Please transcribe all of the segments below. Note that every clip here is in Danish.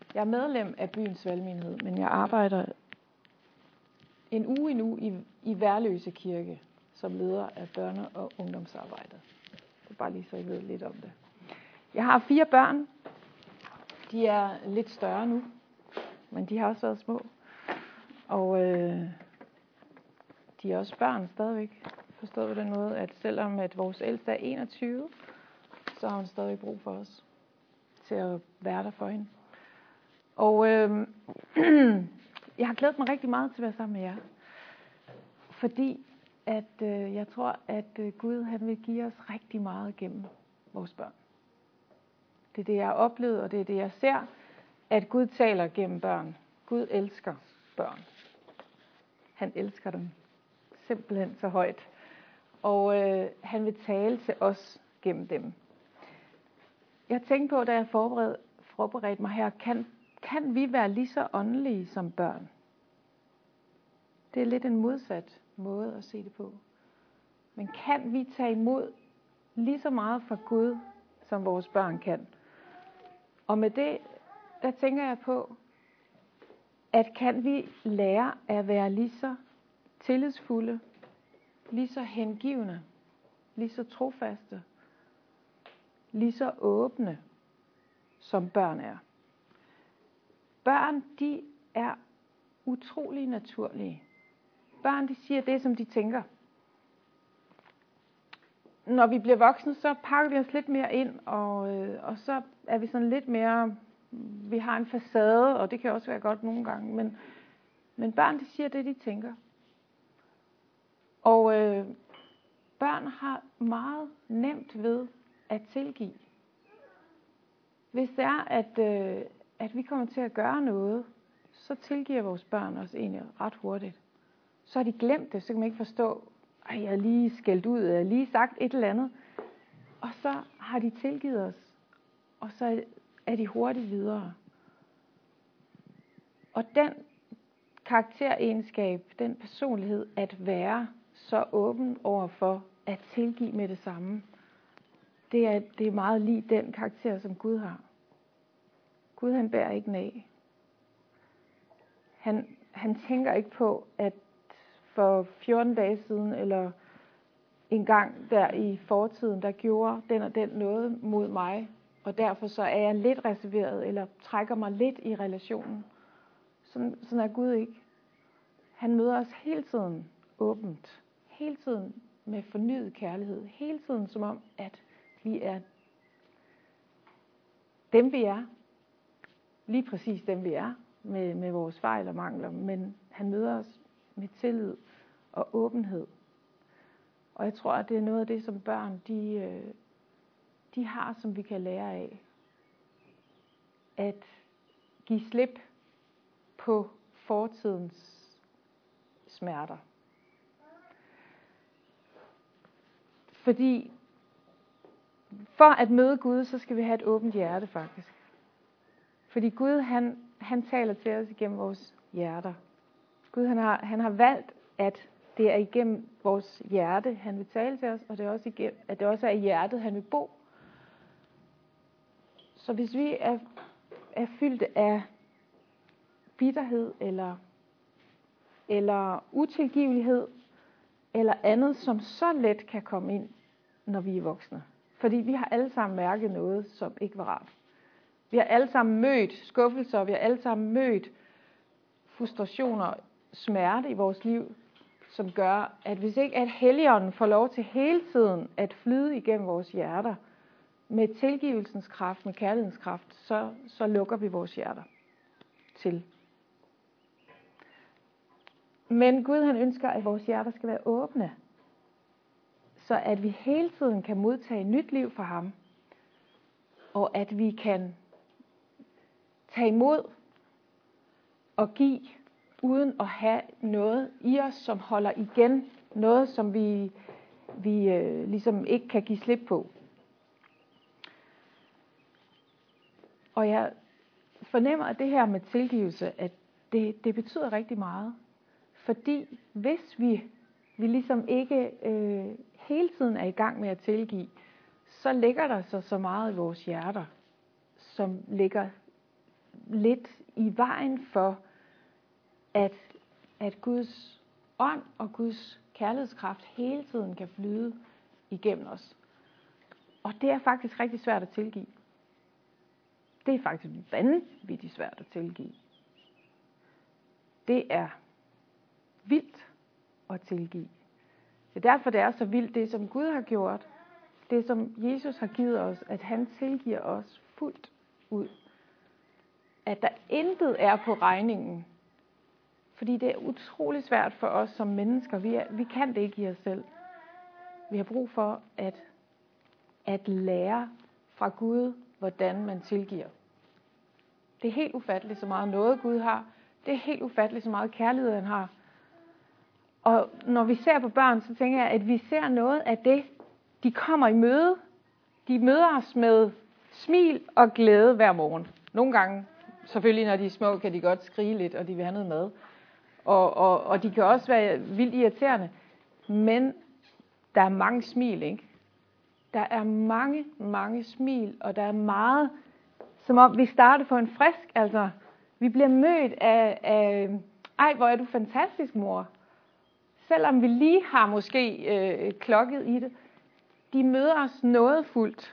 Jeg er medlem af byens valgmenighed, men jeg arbejder en uge nu i Værløse Kirke, som leder af børne- og ungdomsarbejdet. Det er bare lige så I ved lidt om det. Jeg har 4 børn. De er lidt større nu, men de har også været små. Og de er også børn stadigvæk. Forstået på den måde, at selvom at vores ældste er 21, så har hun stadig brug for os til at være der for hende. Og jeg har glædet mig rigtig meget til at være sammen med jer. Fordi at jeg tror, at Gud han vil give os rigtig meget gennem vores børn. Det er det, jeg har oplevet, og det er det, jeg ser, at Gud taler gennem børn. Gud elsker børn. Han elsker dem simpelthen så højt. Og han vil tale til os gennem dem. Jeg tænkte på, da jeg forberedte mig her, kan vi være lige så åndelige som børn? Det er lidt en modsat måde at se det på. Men kan vi tage imod lige så meget fra Gud, som vores børn kan? Og med det, der tænker jeg på, at kan vi lære at være lige så tillidsfulde, lige så hengivne, lige så trofaste, lige så åbne, som børn er. Børn, de er utrolig naturlige. Børn, de siger det, som de tænker. Når vi bliver voksne, så pakker vi os lidt mere ind, og så er vi sådan lidt mere, vi har en facade, og det kan også være godt nogle gange, men børn, de siger det, de tænker. Og børn har meget nemt ved at tilgive. Hvis det er, at vi kommer til at gøre noget, så tilgiver vores børn os egentlig ret hurtigt. Så har de glemt det, så kan man ikke forstå, at jeg har lige skældt ud, jeg har lige sagt et eller andet. Og så har de tilgivet os, og så er de hurtigt videre. Og den karakteregenskab, den personlighed, at være så åben over for at tilgive med det samme, det er meget lige den karakter, som Gud har. Gud han bærer ikke nag. Han tænker ikke på, at for 14 dage siden, eller en gang der i fortiden, der gjorde den og den noget mod mig, og derfor så er jeg lidt reserveret, eller trækker mig lidt i relationen. Sådan er Gud ikke. Han møder os hele tiden åbent, hele tiden med fornyet kærlighed, hele tiden som om, at vi er dem, vi er. Lige præcis dem, vi er, med vores fejl og mangler, men han møder os med tillid og åbenhed. Og jeg tror, at det er noget af det, som børn, de har, som vi kan lære af. At give slip på fortidens smerter. Fordi for at møde Gud, så skal vi have et åbent hjerte faktisk. Fordi Gud, han taler til os igennem vores hjerter. Gud, han har valgt, at det er igennem vores hjerte, han vil tale til os, og det er også igennem, at det også er i hjertet, han vil bo. Så hvis vi er fyldt af bitterhed, eller utilgivelighed, eller andet, som så let kan komme ind, når vi er voksne. Fordi vi har alle sammen mærket noget, som ikke var rart. Vi har alle sammen mødt skuffelser, vi har alle sammen mødt frustrationer, smerte i vores liv, som gør, at hvis ikke at Helligånden får lov til hele tiden at flyde igennem vores hjerter, med tilgivelsens kraft, med kærlighedens kraft, så lukker vi vores hjerter til. Men Gud han ønsker, at vores hjerter skal være åbne, så at vi hele tiden kan modtage nyt liv fra ham, og at vi kan tage imod og give, uden at have noget i os, som holder igen, noget som vi ligesom ikke kan give slip på. Og jeg fornemmer, at det her med tilgivelse, at det betyder rigtig meget. Fordi hvis vi ligesom ikke hele tiden er i gang med at tilgive, så ligger der så meget i vores hjerter, som ligger lidt i vejen for, at Guds ånd og Guds kærlighedskraft hele tiden kan flyde igennem os. Og det er faktisk rigtig svært at tilgive. Det er faktisk vanvittigt svært at tilgive. Det er vildt at tilgive. Det er derfor, det er så vildt, det som Gud har gjort, det som Jesus har givet os, at han tilgiver os fuldt ud. At der intet er på regningen. Fordi det er utrolig svært for os som mennesker. Vi kan det ikke i os selv. Vi har brug for at lære fra Gud, hvordan man tilgiver. Det er helt ufatteligt, så meget noget Gud har. Det er helt ufatteligt, så meget kærlighed han har. Og når vi ser på børn, så tænker jeg, at vi ser noget af det, de kommer i møde. De møder os med smil og glæde hver morgen. Nogle gange, selvfølgelig når de er små, kan de godt skrige lidt, og de vil have noget mad. Og de kan også være vildt irriterende. Men der er mange smil, ikke? Der er mange, mange smil, og der er meget, som om vi starter på en frisk. Altså, vi bliver mødt af ej, hvor er du fantastisk, mor. Selvom vi lige har måske klokket i det. De møder os nådefuldt.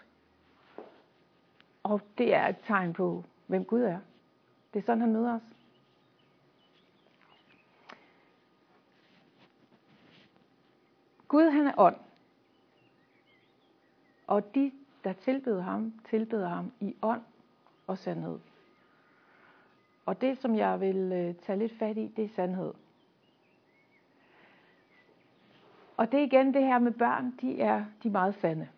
Og det er et tegn på, hvem Gud er. Det er sådan, han møder os. Gud, han er ånd. Og de, der tilbeder ham i ånd og sandhed. Og det, som jeg vil tage lidt fat i, det er sandhed. Og det er igen det her med børn, de er meget sande.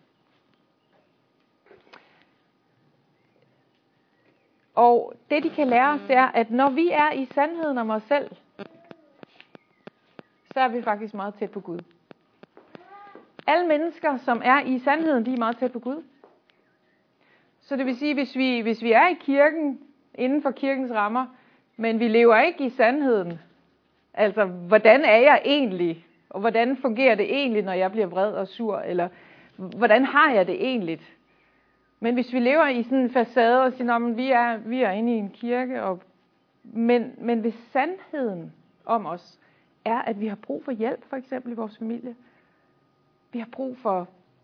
Og det, de kan lære os, det er, at når vi er i sandheden om os selv, så er vi faktisk meget tæt på Gud. Alle mennesker, som er i sandheden, de er meget tæt på Gud. Så det vil sige, hvis vi er i kirken, inden for kirkens rammer, men vi lever ikke i sandheden. Altså, hvordan er jeg egentlig? Og hvordan fungerer det egentlig, når jeg bliver vred og sur? Eller, hvordan har jeg det egentlig? Men hvis vi lever i sådan en facade og siger, at vi er inde i en kirke, men hvis sandheden om os er, at vi har brug for hjælp, for eksempel i vores familie, vi har brug for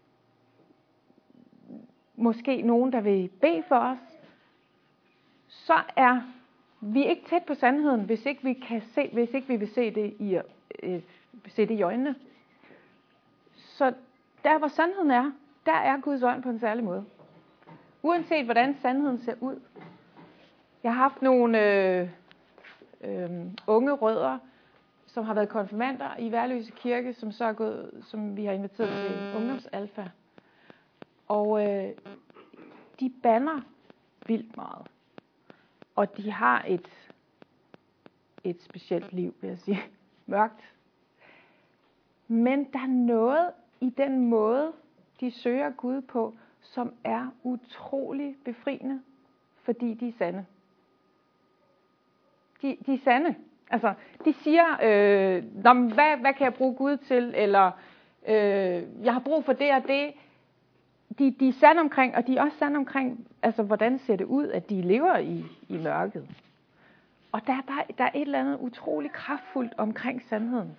måske nogen, der vil bede for os, så er vi ikke tæt på sandheden, hvis ikke vi vil se det i øjnene. Så der, hvor sandheden er, der er Guds ånd på en særlig måde. Uanset hvordan sandheden ser ud. Jeg har haft nogle unge rødder, som har været konfirmander i Værløse Kirke, som vi har inviteret til ungdomsalfa. Og de bander vildt meget. Og de har et specielt liv, vil jeg sige. Mørkt. Men der er noget i den måde, de søger Gud på, som er utrolig befriende, fordi de er sande. De er sande. Altså, de siger, hvad kan jeg bruge Gud til? Eller, jeg har brug for det og det. De er sande omkring, og de er også sande omkring, altså, hvordan ser det ud, at de lever i mørket. Og der er et eller andet utrolig kraftfuldt omkring sandheden.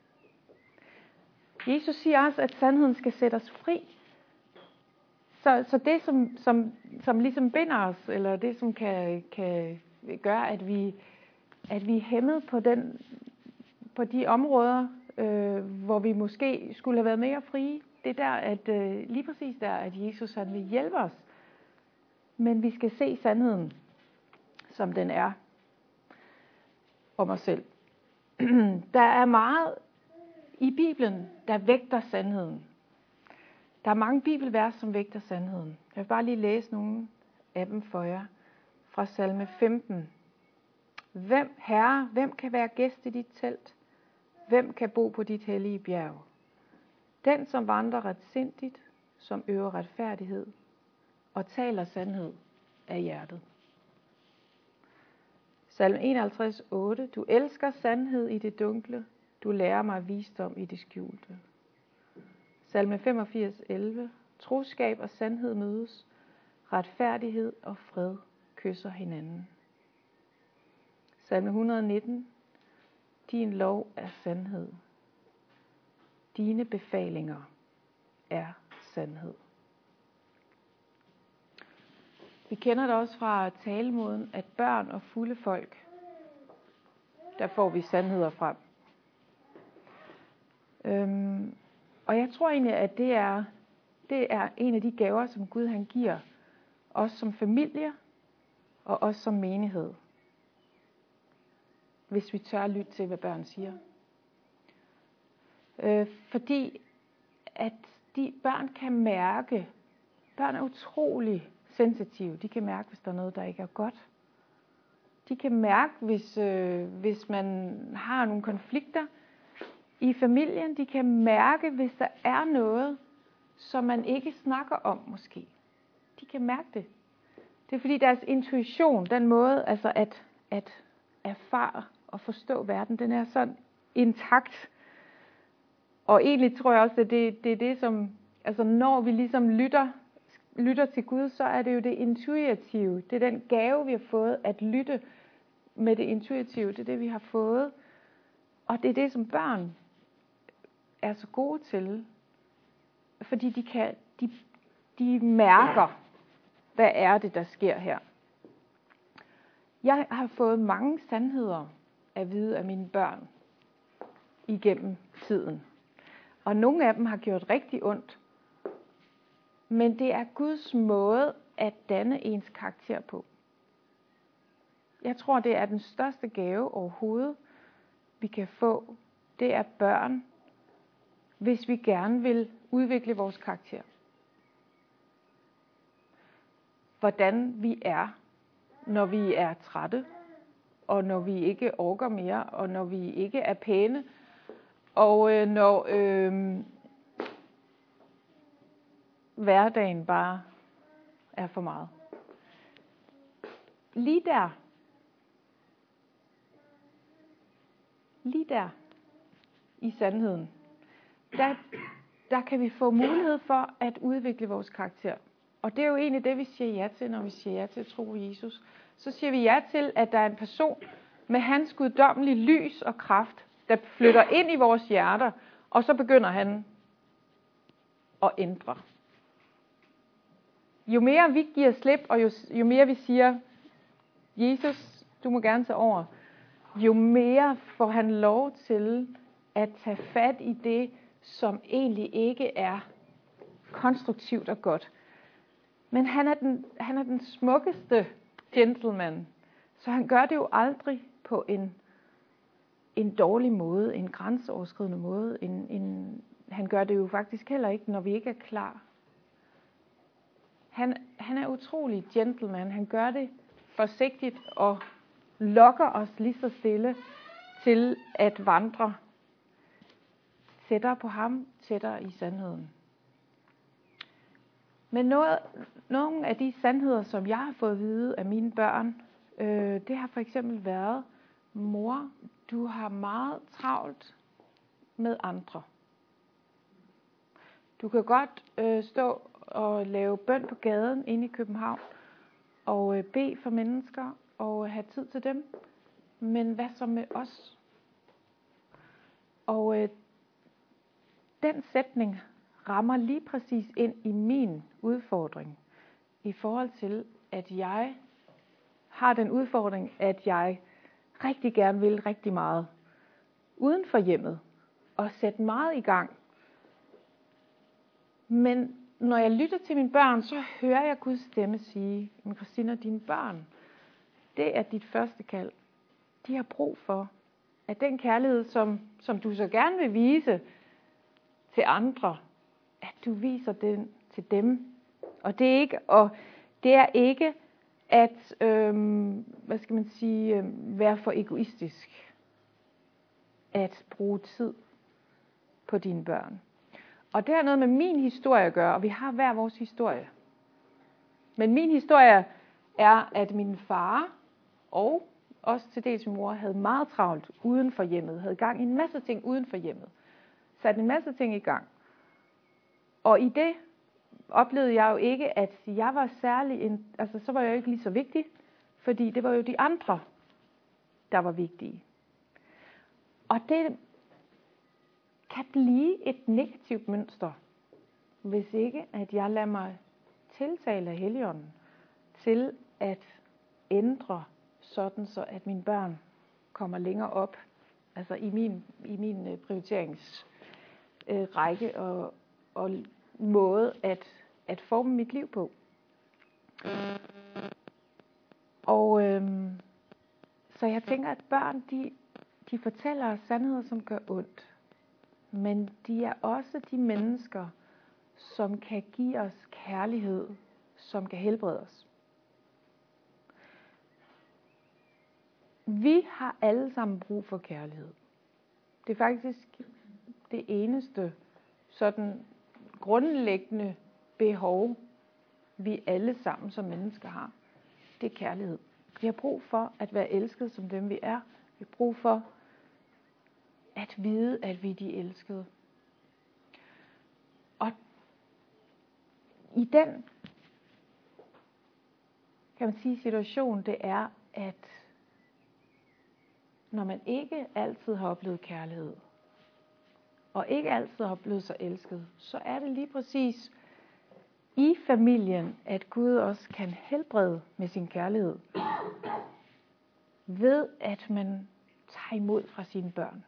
Jesus siger også, at sandheden skal sætte os fri. Så det, som ligesom binder os, eller det, som kan gøre, at vi er hæmmet på de områder, hvor vi måske skulle have været mere frie, det er der, at lige præcis der, at Jesus han vil hjælpe os. Men vi skal se sandheden, som den er om os selv. Der er meget i Bibelen, der vægter sandheden. Der er mange bibelvers, som vægter sandheden. Jeg vil bare lige læse nogle af dem for jer. Fra salme 15. Herre, hvem kan være gæst i dit telt? Hvem kan bo på dit hellige bjerg? Den, som vandrer retsindigt, som øver retfærdighed og taler sandhed af hjertet. Salme 51, 8. Du elsker sandhed i det dunkle. Du lærer mig visdom i det skjulte. Salme 85, 11. Troskab og sandhed mødes. Retfærdighed og fred kysser hinanden. Salme 119. Din lov er sandhed. Dine befalinger er sandhed. Vi kender det også fra talemåden, at børn og fulde folk, der får vi sandheder frem. Og jeg tror egentlig, at det er en af de gaver, som Gud han giver os som familie og os som menighed. Hvis vi tør lytte til, hvad børn siger. Fordi at de børn kan mærke, børn er utrolig sensitive. De kan mærke, hvis der er noget, der ikke er godt. De kan mærke, hvis man har nogle konflikter i familien. De kan mærke, hvis der er noget, som man ikke snakker om måske. De kan mærke det. Det er fordi deres intuition, den måde altså at erfare og forstå verden, den er sådan intakt. Og egentlig tror jeg også, at det er det, som, altså når vi ligesom lytter til Gud, så er det jo det intuitive. Det er den gave, vi har fået, at lytte med det intuitive. Det er det, vi har fået. Og det er det, som børn er så gode til. Fordi de mærker, hvad er det, der sker her. Jeg har fået mange sandheder at vide af mine børn igennem tiden. Og nogle af dem har gjort rigtig ondt. Men det er Guds måde at danne ens karakter på. Jeg tror, det er den største gave overhovedet, vi kan få. Det er børn, hvis vi gerne vil udvikle vores karakter. Hvordan vi er, når vi er trætte, og når vi ikke orker mere, og når vi ikke er pæne, og når hverdagen bare er for meget. Lige der i sandheden, der kan vi få mulighed for at udvikle vores karakter. Og det er jo egentlig det, vi siger ja til, når vi siger ja til at tro på Jesus. Så siger vi ja til, at der er en person med hans guddommelige lys og kraft, der flytter ind i vores hjerter, og så begynder han at ændre. Jo mere vi giver slip, og jo mere vi siger, Jesus, du må gerne tage over, jo mere får han lov til at tage fat i det, som egentlig ikke er konstruktivt og godt. Men han er den smukkeste gentleman, så han gør det jo aldrig på en dårlig måde, en grænseoverskridende måde. Han gør det jo faktisk heller ikke, når vi ikke er klar. Han er utrolig gentleman. Han gør det forsigtigt og lokker os lige så stille til at vandre tættere på ham, tættere i sandheden. Men nogle af de sandheder, som jeg har fået at vide af mine børn, det har for eksempel været, mor, du har meget travlt med andre. Du kan godt stå og lave bøn på gaden inde i København, og bede for mennesker, og have tid til dem. Men hvad så med os? Og den sætning rammer lige præcis ind i min udfordring, i forhold til, at jeg har den udfordring, at jeg rigtig gerne vil rigtig meget uden for hjemmet, og sætte meget i gang. Men når jeg lytter til mine børn, så hører jeg Guds stemme sige, men Christina, dine børn, det er dit første kald. De har brug for, at den kærlighed, som du så gerne vil vise til andre, at du viser den til dem. Og det er ikke at være for egoistisk at bruge tid på dine børn. Og det har noget med min historie at gøre, og vi har hver vores historie. Men min historie er, at min far og også til dels min mor havde meget travlt uden for hjemmet, havde gang i en masse ting uden for hjemmet, satte en masse ting i gang. Og i det oplevede jeg jo ikke, at jeg var så var jeg jo ikke lige så vigtig, fordi det var jo de andre, der var vigtige. Og det kan blive et negativt mønster, hvis ikke at jeg lader mig tiltale af Helligånden til at ændre sådan, så at mine børn kommer længere op, altså i min prioriteringsrække og måde at forme mit liv på. Og så jeg tænker, at børn, de fortæller sandheder, som gør ondt. Men de er også de mennesker, som kan give os kærlighed, som kan helbrede os. Vi har alle sammen brug for kærlighed. Det er faktisk det eneste sådan grundlæggende behov, vi alle sammen som mennesker har. Det er kærlighed. Vi har brug for at være elsket som dem vi er. Vi har brug for at vide, at vi er de elskede. Og i den, kan man sige, situation, det er, at når man ikke altid har oplevet kærlighed, og ikke altid har oplevet sig elsket, så er det lige præcis i familien, at Gud også kan helbrede med sin kærlighed, ved at man tager imod fra sine børn.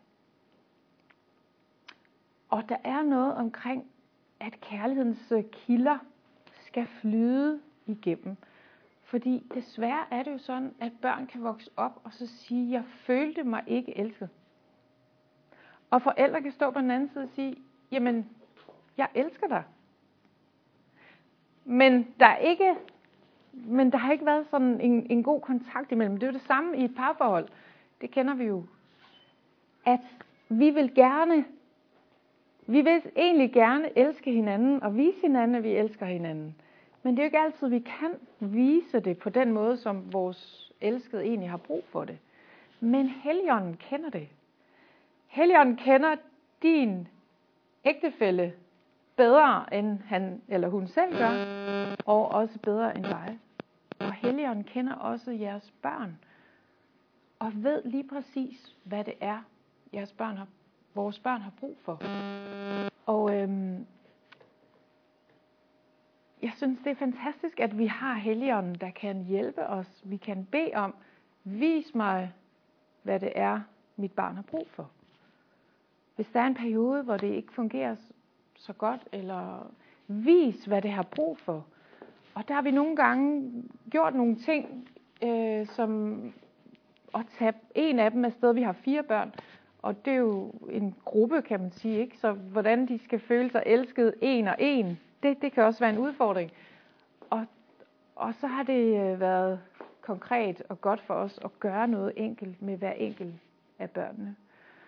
Og der er noget omkring, at kærlighedens kilder skal flyde igennem. Fordi desværre er det jo sådan, at børn kan vokse op og så sige, jeg følte mig ikke elsket. Og forældre kan stå på den anden side og sige, jamen, jeg elsker dig. Men der har ikke været sådan en god kontakt imellem. Det er jo det samme i et parforhold. Det kender vi jo. At vi vil egentlig gerne elske hinanden og vise hinanden, at vi elsker hinanden. Men det er jo ikke altid, vi kan vise det på den måde, som vores elskede egentlig har brug for det. Men Helligånden kender det. Helligånden kender din ægtefælle bedre, end han eller hun selv gør, og også bedre end dig. Og Helligånden kender også jeres børn, og ved lige præcis, hvad det er, vores børn har brug for. Og jeg synes, det er fantastisk, at vi har Helligånden, der kan hjælpe os. Vi kan bede om, vis mig, hvad det er, mit barn har brug for. Hvis der er en periode, hvor det ikke fungerer så godt, eller vis, hvad det har brug for. Og der har vi nogle gange gjort nogle ting, som at tage en af dem afsted. Vi har 4 børn, og det er jo en gruppe, kan man sige, ikke? Så hvordan de skal føle sig elsket en og en, det kan også være en udfordring. Og så har det været konkret og godt for os at gøre noget enkelt med hver enkelt af børnene.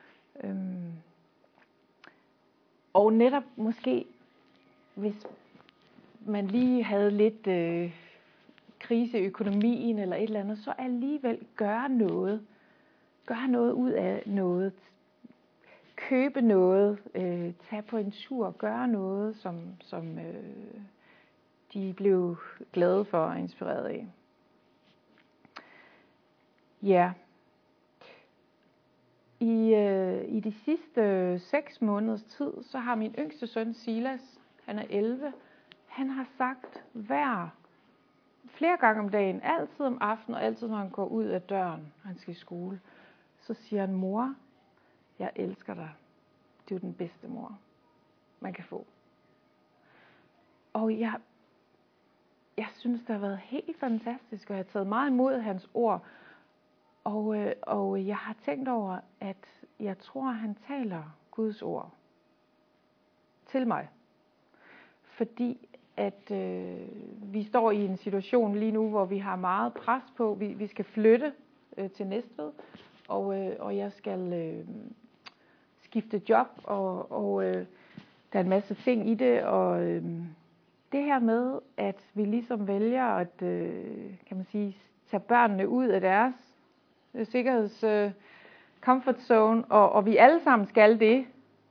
Og netop måske, hvis man lige havde lidt krise i økonomien eller et eller andet, så alligevel gøre noget. Gøre noget ud af noget. Købe noget. Tage på en tur. Gøre noget, som de blev glade for og inspireret af. Ja. I de sidste 6 måneders tid, så har min yngste søn Silas, han er 11, han har sagt flere gange om dagen, altid om aftenen og altid når han går ud af døren, han skal i skole, så siger han, mor, jeg elsker dig. Du er den bedste mor, man kan få. Og jeg synes, det har været helt fantastisk, og jeg har taget meget imod hans ord. Og jeg har tænkt over, at jeg tror, han taler Guds ord til mig. Fordi at vi står i en situation lige nu, hvor vi har meget pres på. Vi skal flytte til Næstved, og jeg skal skifte job, og der er en masse ting i det. Og det her med, at vi ligesom vælger at kan man sige, tage børnene ud af deres sikkerheds comfort zone, og vi alle sammen skal det.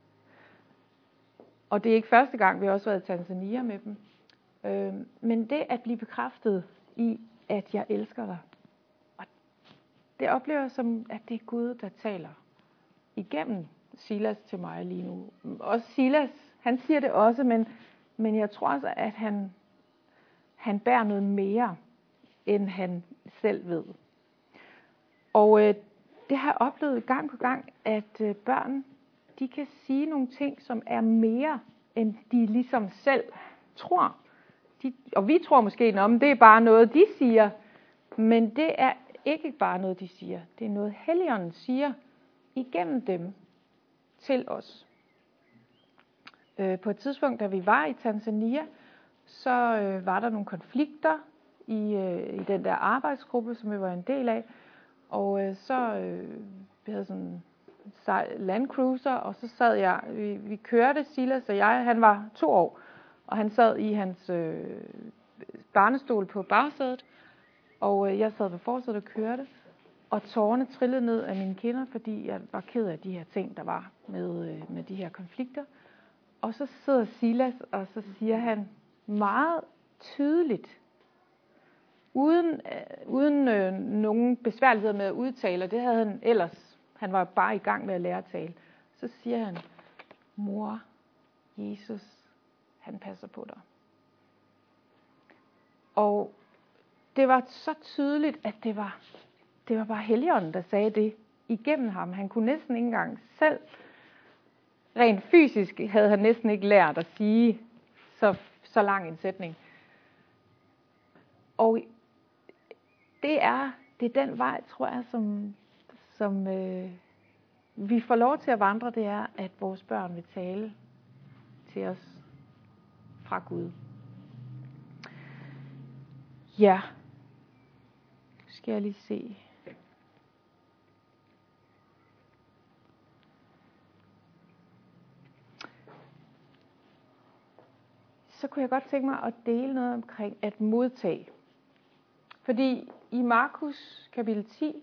Og det er ikke første gang, vi har også været i Tanzania med dem. Men det at blive bekræftet i, at jeg elsker dig. det oplever jeg som, at det er Gud, der taler igennem Silas til mig lige nu. Også Silas, han siger det også, men jeg tror også, at han bærer noget mere, end han selv ved. Og det har jeg oplevet gang på gang, at børn, de kan sige nogle ting, som er mere, end de ligesom selv tror. Og vi tror måske, om det er bare noget, de siger, men det er ikke bare noget, de siger. Det er noget, Helligånden siger igennem dem til os. På et tidspunkt, da vi var i Tanzania, så var der nogle konflikter i den der arbejdsgruppe, som vi var en del af. Og vi havde sådan en Land Cruiser, og så sad jeg, vi kørte, Silas og jeg, han var 2 år, og han sad i hans barnestol på bagsædet, og jeg sad ved forsædet og kørte, og tårerne trillede ned af mine kinder, fordi jeg var ked af de her ting, der var med de her konflikter. Og så sidder Silas, og så siger han meget tydeligt, uden nogen besværligheder med at udtale, og det havde han ellers. Han var bare i gang med at lære at tale. Så siger han, mor, Jesus, han passer på dig. Og det var så tydeligt, at det var bare Helligånden, der sagde det igennem ham. Han kunne næsten ikke engang selv, rent fysisk havde han næsten ikke lært at sige så lang en sætning. Og det er den vej, tror jeg, som vi får lov til at vandre, det er, at vores børn vil tale til os fra Gud. Ja, skal jeg lige se. Så kunne jeg godt tænke mig at dele noget omkring at modtage. Fordi i Markus kapitel 10,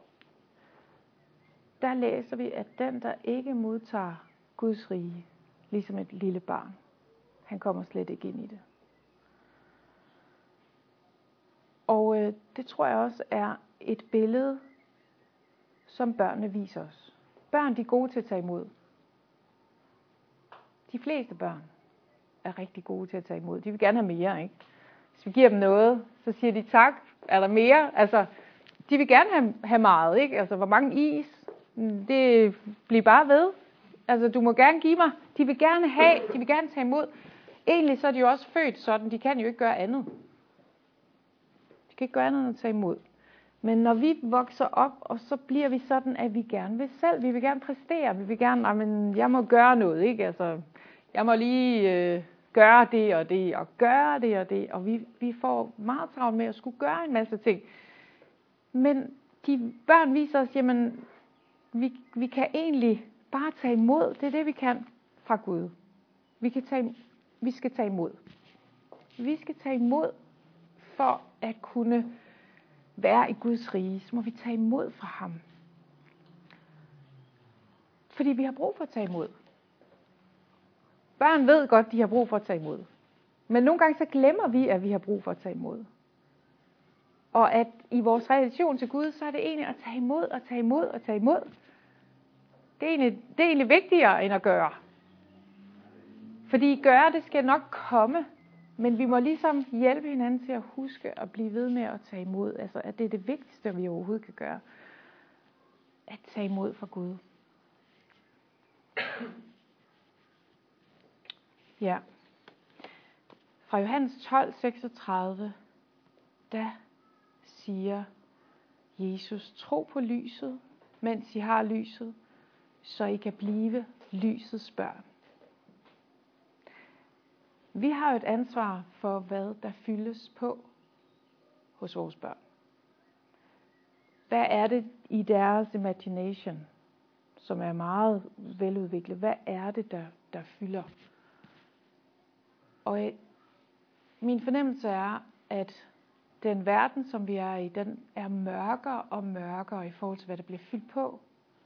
der læser vi, at den, der ikke modtager Guds rige, ligesom et lille barn, han kommer slet ikke ind i det. Og det tror jeg også er et billede, som børnene viser os. Børn, de er gode til at tage imod. De fleste børn er rigtig gode til at tage imod. De vil gerne have mere, ikke? Hvis vi giver dem noget, så siger de tak. Er der mere? Altså, de vil gerne have meget, ikke? Altså, hvor mange is? Det bliver bare ved. Altså, du må gerne give mig. De vil gerne have, de vil gerne tage imod. Egentlig så er de jo også født sådan, de kan jo ikke gøre andet. De kan ikke gøre andet end at tage imod. Men når vi vokser op, og så bliver vi sådan, at vi gerne vil selv. Vi vil gerne præstere. Vi vil gerne, men jeg må gøre noget, ikke? Altså, jeg må lige gøre det og det, og gøre det og det. Og vi får meget travlt med at skulle gøre en masse ting. Men de børn viser os, jamen, vi kan egentlig bare tage imod. Det er det, vi kan fra Gud. Vi skal tage imod. Vi skal tage imod for at kunne være i Guds rige. Så må vi tage imod fra ham. Fordi vi har brug for at tage imod. Børn ved godt, de har brug for at tage imod. Men nogle gange så glemmer vi, at vi har brug for at tage imod. Og at i vores relation til Gud, så er det egentlig at tage imod og tage imod og tage imod. Det er egentlig vigtigere end at gøre. Fordi gøre, det skal nok komme. Men vi må ligesom hjælpe hinanden til at huske at blive ved med at tage imod. Altså at det er det vigtigste, vi overhovedet kan gøre. At tage imod fra Gud. Ja. Fra Johannes 12:36, der siger Jesus, tro på lyset, mens I har lyset, så I kan blive lysets børn. Vi har jo et ansvar for, hvad der fyldes på hos vores børn. Hvad er det i deres imagination, som er meget veludviklet? Hvad er det, der fylder? Og min fornemmelse er, at den verden, som vi er i, den er mørkere og mørkere i forhold til, hvad der bliver fyldt på.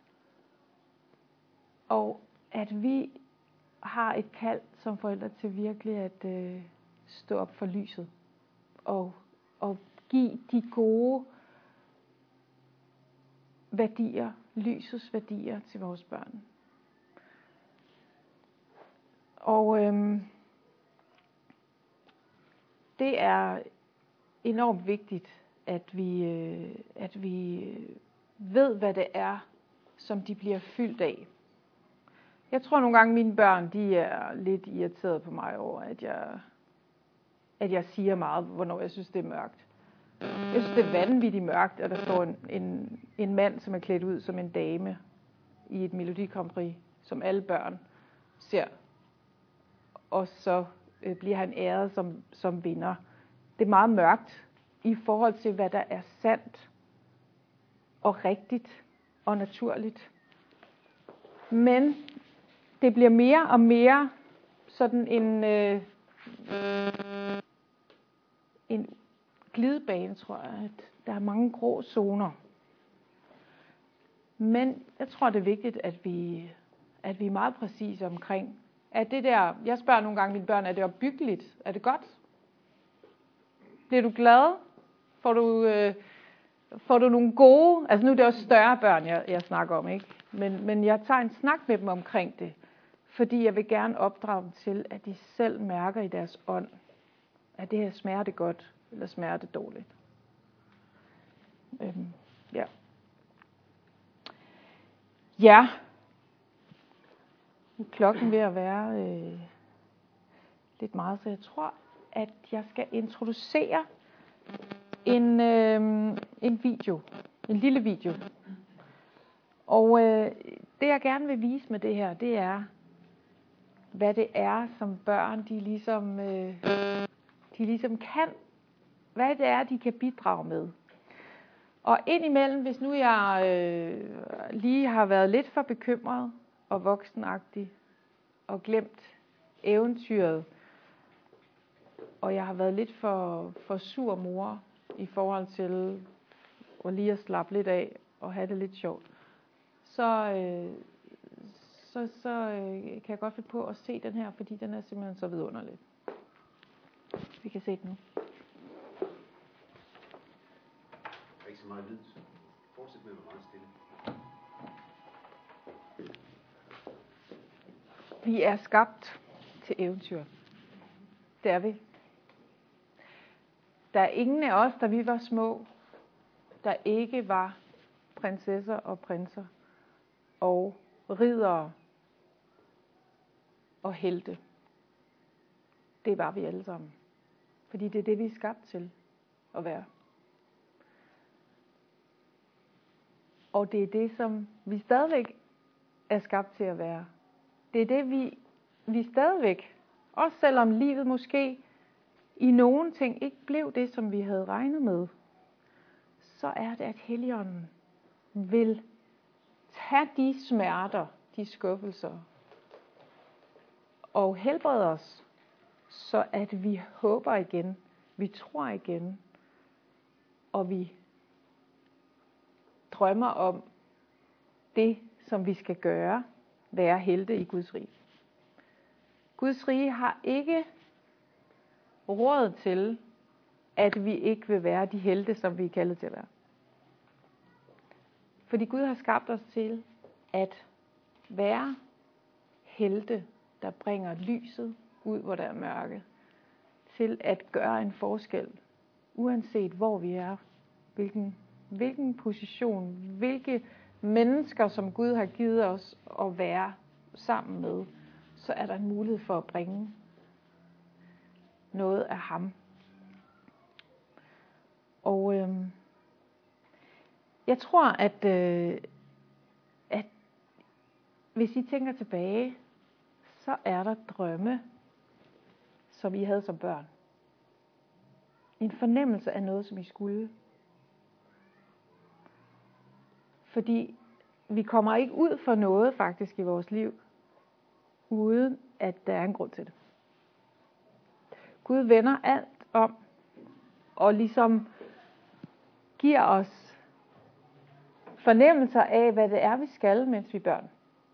Og at vi har et kald som forældre til virkelig at stå op for lyset. Og give de gode værdier, lysets værdier til vores børn. Og det er enormt vigtigt, at vi ved, hvad det er, som de bliver fyldt af. Jeg tror nogle gange, mine børn, de er lidt irriterede på mig over, at jeg siger meget, hvornår jeg synes, det er mørkt. Jeg synes, det er vanvittigt mørkt, at der står en mand, som er klædt ud som en dame i et Melodi Grand Prix, som alle børn ser. Og så bliver han æret som vinder. Det er meget mørkt i forhold til, hvad der er sandt og rigtigt og naturligt. Men det bliver mere og mere sådan en glidebane, tror jeg. At der er mange grå zoner. Men jeg tror, det er vigtigt, at vi er meget præcise omkring, at det der, jeg spørger nogle gange mine børn, er det opbyggeligt? Er det godt? Bliver du glad? Får du nogle gode, altså nu er det også større børn, jeg snakker om, ikke? Men jeg tager en snak med dem omkring det, fordi jeg vil gerne opdrage dem til, at de selv mærker i deres ånd, at det her smager det godt, eller smager det dårligt. Ja. Ja. Nu er klokken ved at være lidt meget, så jeg tror, at jeg skal introducere en video. En lille video. Og det jeg gerne vil vise med det her, det er, hvad det er, som børn, de ligesom kan. Hvad det er, de kan bidrage med. Og indimellem, hvis nu jeg lige har været lidt for bekymret og voksenagtig og glemt eventyret, og jeg har været lidt for sur mor i forhold til at lige at slappe lidt af og have det lidt sjovt, så kan jeg godt finde på at se den her, fordi den er simpelthen så vidunderlig. Vi kan se den nu. Ikke så meget lyd. Fortsæt med at være meget stille. Vi er skabt til eventyr. Det er vi. Der er ingen af os, da vi var små, der ikke var prinsesser og prinser og riddere og helte. Det var vi alle sammen. Fordi det er det, vi er skabt til at være. Og det er det, som vi stadigvæk er skabt til at være. Det er det, vi stadigvæk, også selvom livet måske i nogle ting ikke blev det, som vi havde regnet med, så er det, at Helligånden vil tage de smerter, de skuffelser, og helbrede os, så at vi håber igen, vi tror igen, og vi drømmer om det, som vi skal gøre, være helte i Guds rige. Guds rige har ikke råd til, at vi ikke vil være de helte, som vi er kaldet til at være. Fordi Gud har skabt os til at være helte, der bringer lyset ud, hvor der er mørke. Til at gøre en forskel, uanset hvor vi er, hvilken position, hvilke mennesker, som Gud har givet os at være sammen med, så er der en mulighed for at bringe noget af ham. Og jeg tror, at hvis I tænker tilbage, så er der drømme, som I havde som børn. En fornemmelse af noget, som I skulle. Fordi vi kommer ikke ud for noget faktisk i vores liv, uden at der er en grund til det. Gud vender alt om, og ligesom giver os fornemmelser af, hvad det er, vi skal, mens vi er børn.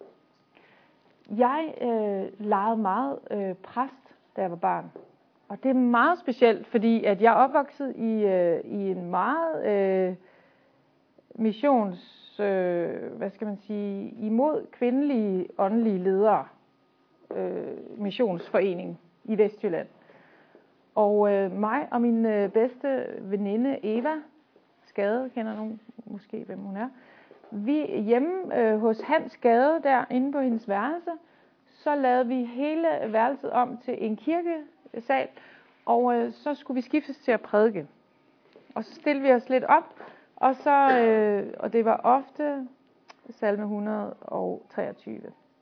Jeg legede meget præst, da jeg var barn. Og det er meget specielt, fordi at jeg er opvokset i en meget imod kvindelige åndelige ledere missionsforening i Vestjylland. Og mig og min bedste veninde Eva Skade, kender nogen måske, hvem hun er. Vi hjemme hos Hans Gade, der inde på hendes værelse, så lavede vi hele værelset om til en kirkesal, og så skulle vi skiftes til at prædike. Og så stillede vi os lidt op, og det var ofte salme 123.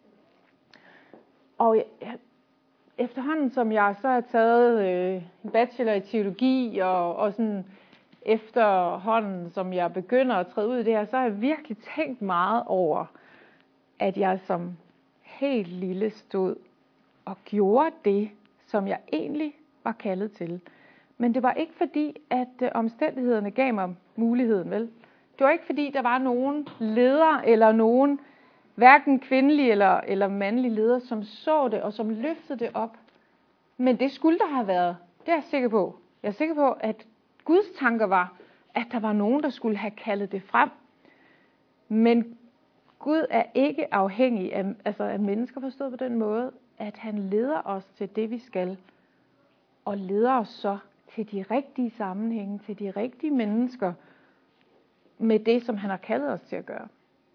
Og efterhånden som jeg så har taget en bachelor i teologi, og sådan efterhånden som jeg begynder at træde ud i det her, så har jeg virkelig tænkt meget over, at jeg som helt lille stod og gjorde det, som jeg egentlig var kaldet til. Men det var ikke fordi, at omstændighederne gav mig muligheden, vel? Det var ikke fordi, der var nogen leder eller nogen, hverken kvindelige eller mandlige leder, som så det og som løftede det op. Men det skulle der have været. Det er jeg sikker på. Jeg er sikker på, at Guds tanker var, at der var nogen, der skulle have kaldet det frem. Men Gud er ikke afhængig af mennesker, forstået på den måde, at han leder os til det, vi skal. Og leder os så til de rigtige sammenhænge, til de rigtige mennesker, med det, som han har kaldet os til at gøre.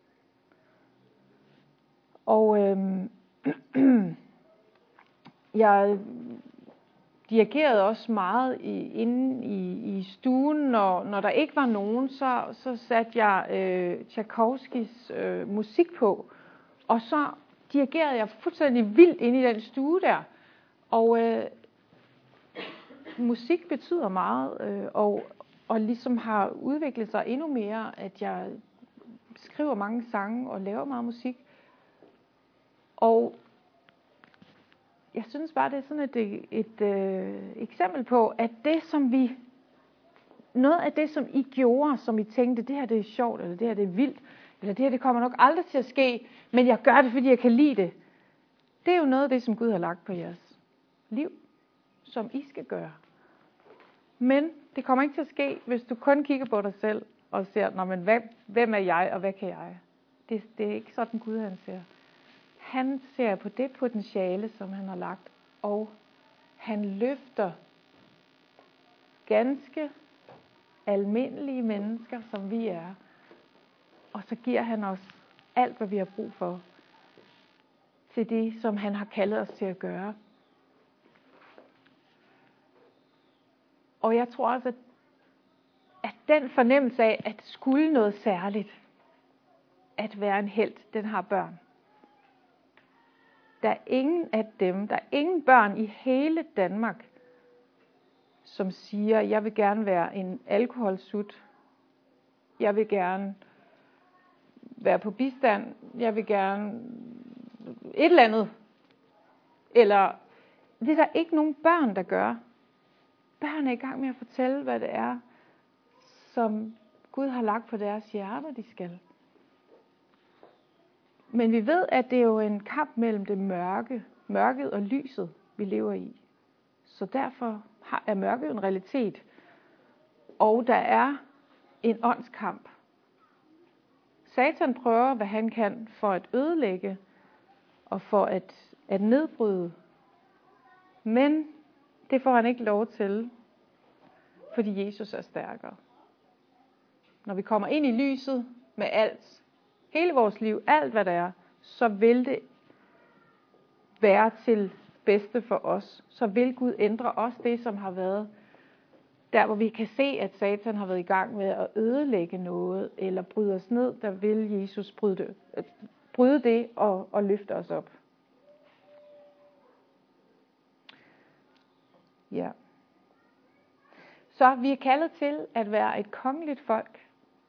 Og jeg dirigerede også meget inde i stuen, når der ikke var nogen, så satte jeg Tchaikovskis musik på, og så dirigerede jeg fuldstændig vildt inde i den stue der. Og musik betyder meget, og ligesom har udviklet sig endnu mere, at jeg skriver mange sange og laver meget musik. Og jeg synes bare, det er sådan et eksempel på, at noget af det, som I gjorde, som I tænkte, det her det er sjovt, eller det her det er vildt, eller det her det kommer nok aldrig til at ske, men jeg gør det, fordi jeg kan lide det. Det er jo noget af det, som Gud har lagt på jeres liv, som I skal gøre. Men det kommer ikke til at ske, hvis du kun kigger på dig selv og ser, hvem er jeg, og hvad kan jeg? Det er ikke sådan, Gud han ser. Han ser på det potentiale, som han har lagt, og han løfter ganske almindelige mennesker, som vi er. Og så giver han os alt, hvad vi har brug for, til det, som han har kaldet os til at gøre. Og jeg tror også, at den fornemmelse af, at skulle noget særligt, at være en helt, den har børn. Der er ingen børn i hele Danmark, som siger, jeg vil gerne være en alkoholsut, jeg vil gerne være på bistand, jeg vil gerne et eller andet. Eller det er der ikke nogen børn, der gør. Børn er i gang med at fortælle, hvad det er, som Gud har lagt på deres hjerter, de skal. Men vi ved, at det er jo en kamp mellem det mørket og lyset, vi lever i. Så derfor er mørket en realitet. Og der er en åndskamp. Satan prøver, hvad han kan for at ødelægge og for at nedbryde. Men det får han ikke lov til, fordi Jesus er stærkere. Når vi kommer ind i lyset med alt, hele vores liv, alt hvad der er, så vil det være til bedste for os. Så vil Gud ændre også det, som har været der, hvor vi kan se, at Satan har været i gang med at ødelægge noget, eller bryde os ned, der vil Jesus bryde det og løfte os op. Ja. Så vi er kaldet til at være et kongeligt folk.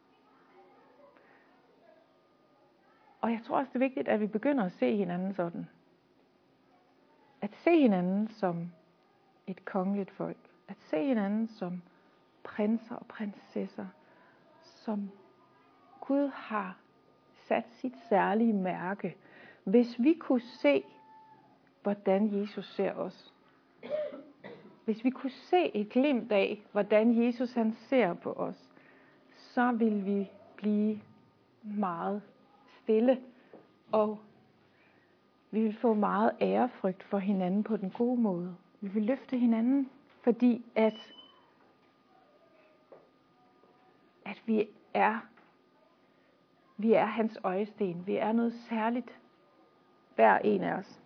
Og jeg tror også, det er vigtigt, at vi begynder at se hinanden sådan. At se hinanden som et kongeligt folk. At se hinanden som prinser og prinsesser, som Gud har sat sit særlige mærke. Hvis vi kunne se, hvordan Jesus ser os. Hvis vi kunne se et glimt af, hvordan Jesus han ser på os, så vil vi blive meget stille, og vi vil få meget ærefrygt for hinanden på den gode måde. Vi vil løfte hinanden, fordi at vi er hans øjesten. Vi er noget særligt, hver en af os.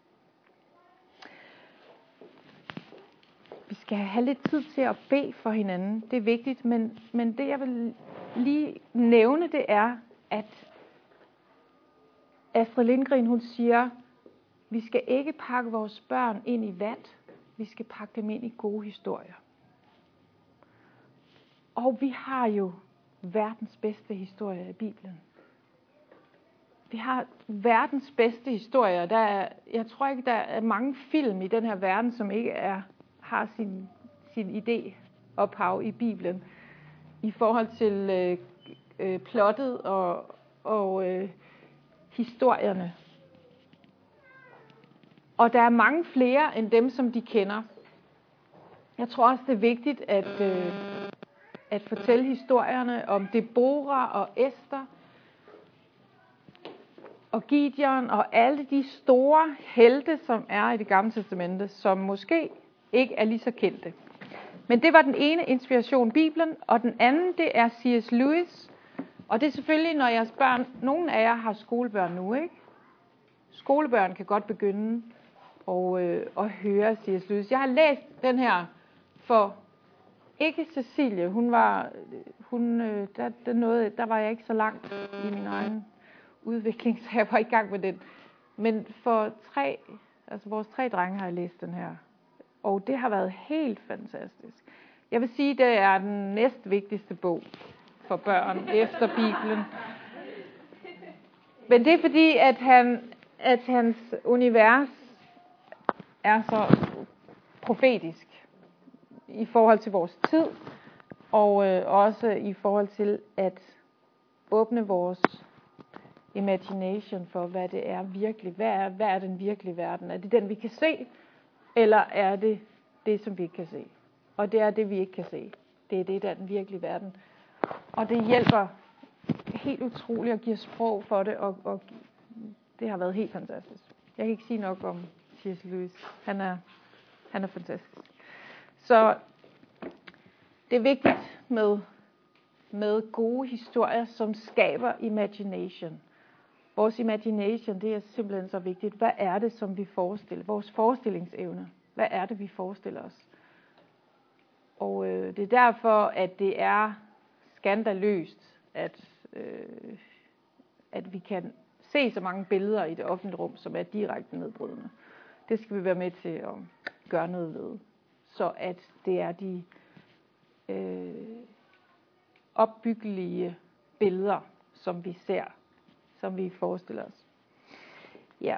Vi skal have lidt tid til at bede for hinanden. Det er vigtigt, men det jeg vil lige nævne, det er, at Astrid Lindgren, hun siger, vi skal ikke pakke vores børn ind i vat, vi skal pakke dem ind i gode historier. Og vi har jo verdens bedste historier i Bibelen. Vi har verdens bedste historier. Jeg tror ikke, der er mange film i den her verden, som ikke har sin idé-ophav i Bibelen. I forhold til plottet og historierne. Og der er mange flere end dem, som de kender. Jeg tror også, det er vigtigt at fortælle historierne om Deborah og Esther og Gideon og alle de store helte, som er i Det Gamle Testamente, som måske ikke er lige så kendte. Men det var den ene inspiration, Bibelen, og den anden, det er C.S. Lewis. Og det er selvfølgelig, når jeres børn, nogle af jer har skolebørn nu, ikke? Skolebørn kan godt begynde at høre C.S. Lewis. Jeg har læst den her for ikke Cecilie. Der var jeg ikke så langt i min egen udvikling, så jeg var i gang med den. Men for vores 3 drenge har jeg læst den her. Og det har været helt fantastisk. Jeg vil sige, det er den næstvigtigste bog for børn efter Bibelen. Men det er fordi, at hans univers er så profetisk i forhold til vores tid, og også i forhold til at åbne vores imagination for, hvad det er virkelig. Hvad er den virkelige verden? Er det den, vi kan se, eller er det, som vi ikke kan se? Og det er det, vi ikke kan se. Det er den virkelige verden. Og det hjælper helt utroligt at give sprog for det, og det har været helt fantastisk. Jeg kan ikke sige nok om C.S. Lewis. Han er fantastisk. Så det er vigtigt med gode historier, som skaber imagination. Vores imagination, det er simpelthen så vigtigt. Hvad er det, som vi forestiller? Vores forestillingsevne. Hvad er det, vi forestiller os? Og det er derfor, at det er skandaløst, at vi kan se så mange billeder i det offentlige rum, som er direkte nedbrydende. Det skal vi være med til at gøre noget ved. Så at det er de opbyggelige billeder, som vi ser, som vi forestiller os. Ja.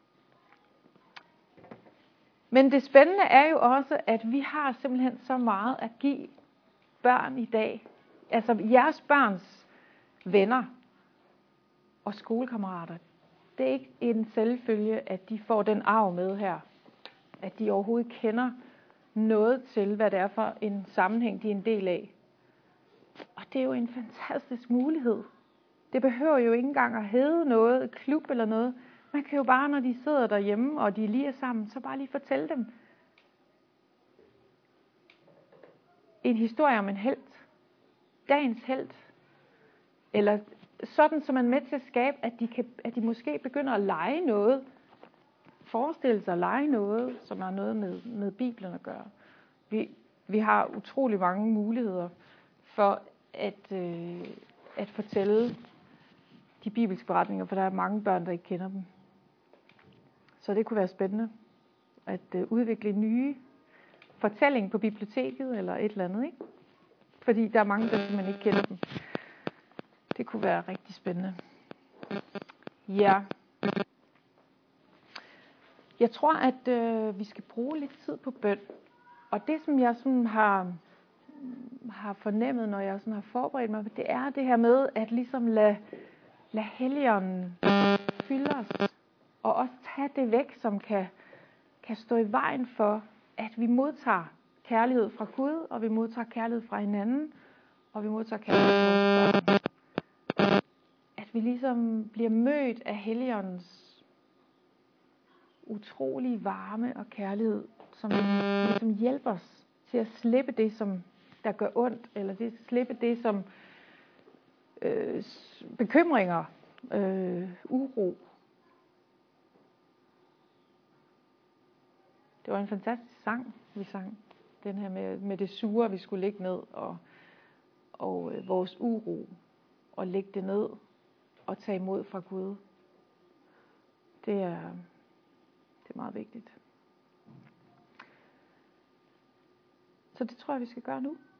Men det spændende er jo også, at vi har simpelthen så meget at give børn i dag. Altså jeres børns venner og skolekammerater. Det er ikke en selvfølge, at de får den arv med her. At de overhovedet kender noget til, hvad det er for en sammenhæng, de er en del af. Og det er jo en fantastisk mulighed. Det behøver jo ikke engang at hedde noget, klub eller noget. Man kan jo bare, når de sidder derhjemme, og de lige er sammen, så bare lige fortælle dem en historie om en helt. Dagens helt. Eller sådan, så man er med til at skabe, at de måske begynder at lege noget. Forestille sig at lege noget, som har noget med Bibelen at gøre. Vi har utrolig mange muligheder for at fortælle de bibelske beretninger, for der er mange børn, der ikke kender dem. Så det kunne være spændende at udvikle nye fortællinger på biblioteket eller et eller andet, ikke? Fordi der er mange, der simpelthen ikke kender dem. Det kunne være rigtig spændende. Ja. Jeg tror, at vi skal bruge lidt tid på bøn. Og det, som jeg sådan har fornemmet, når jeg sådan har forberedt mig, det er det her med, at ligesom lade Helligånden fylde os. Og også tage det væk, som kan stå i vejen for, at vi modtager kærlighed fra Gud, og vi modtager kærlighed fra hinanden, og vi modtager kærlighed fra vores børn. vi ligesom bliver mødt af Helligåndens utrolige varme og kærlighed, som ligesom hjælper os til at slippe det, som der gør ondt, eller det slippe det, som bekymringer, uro. Det var en fantastisk sang, vi sang. Den her med det sure, vi skulle lægge ned, og vores uro, og lægge det ned og tage imod fra Gud. Det er meget vigtigt. Så det tror jeg, vi skal gøre nu.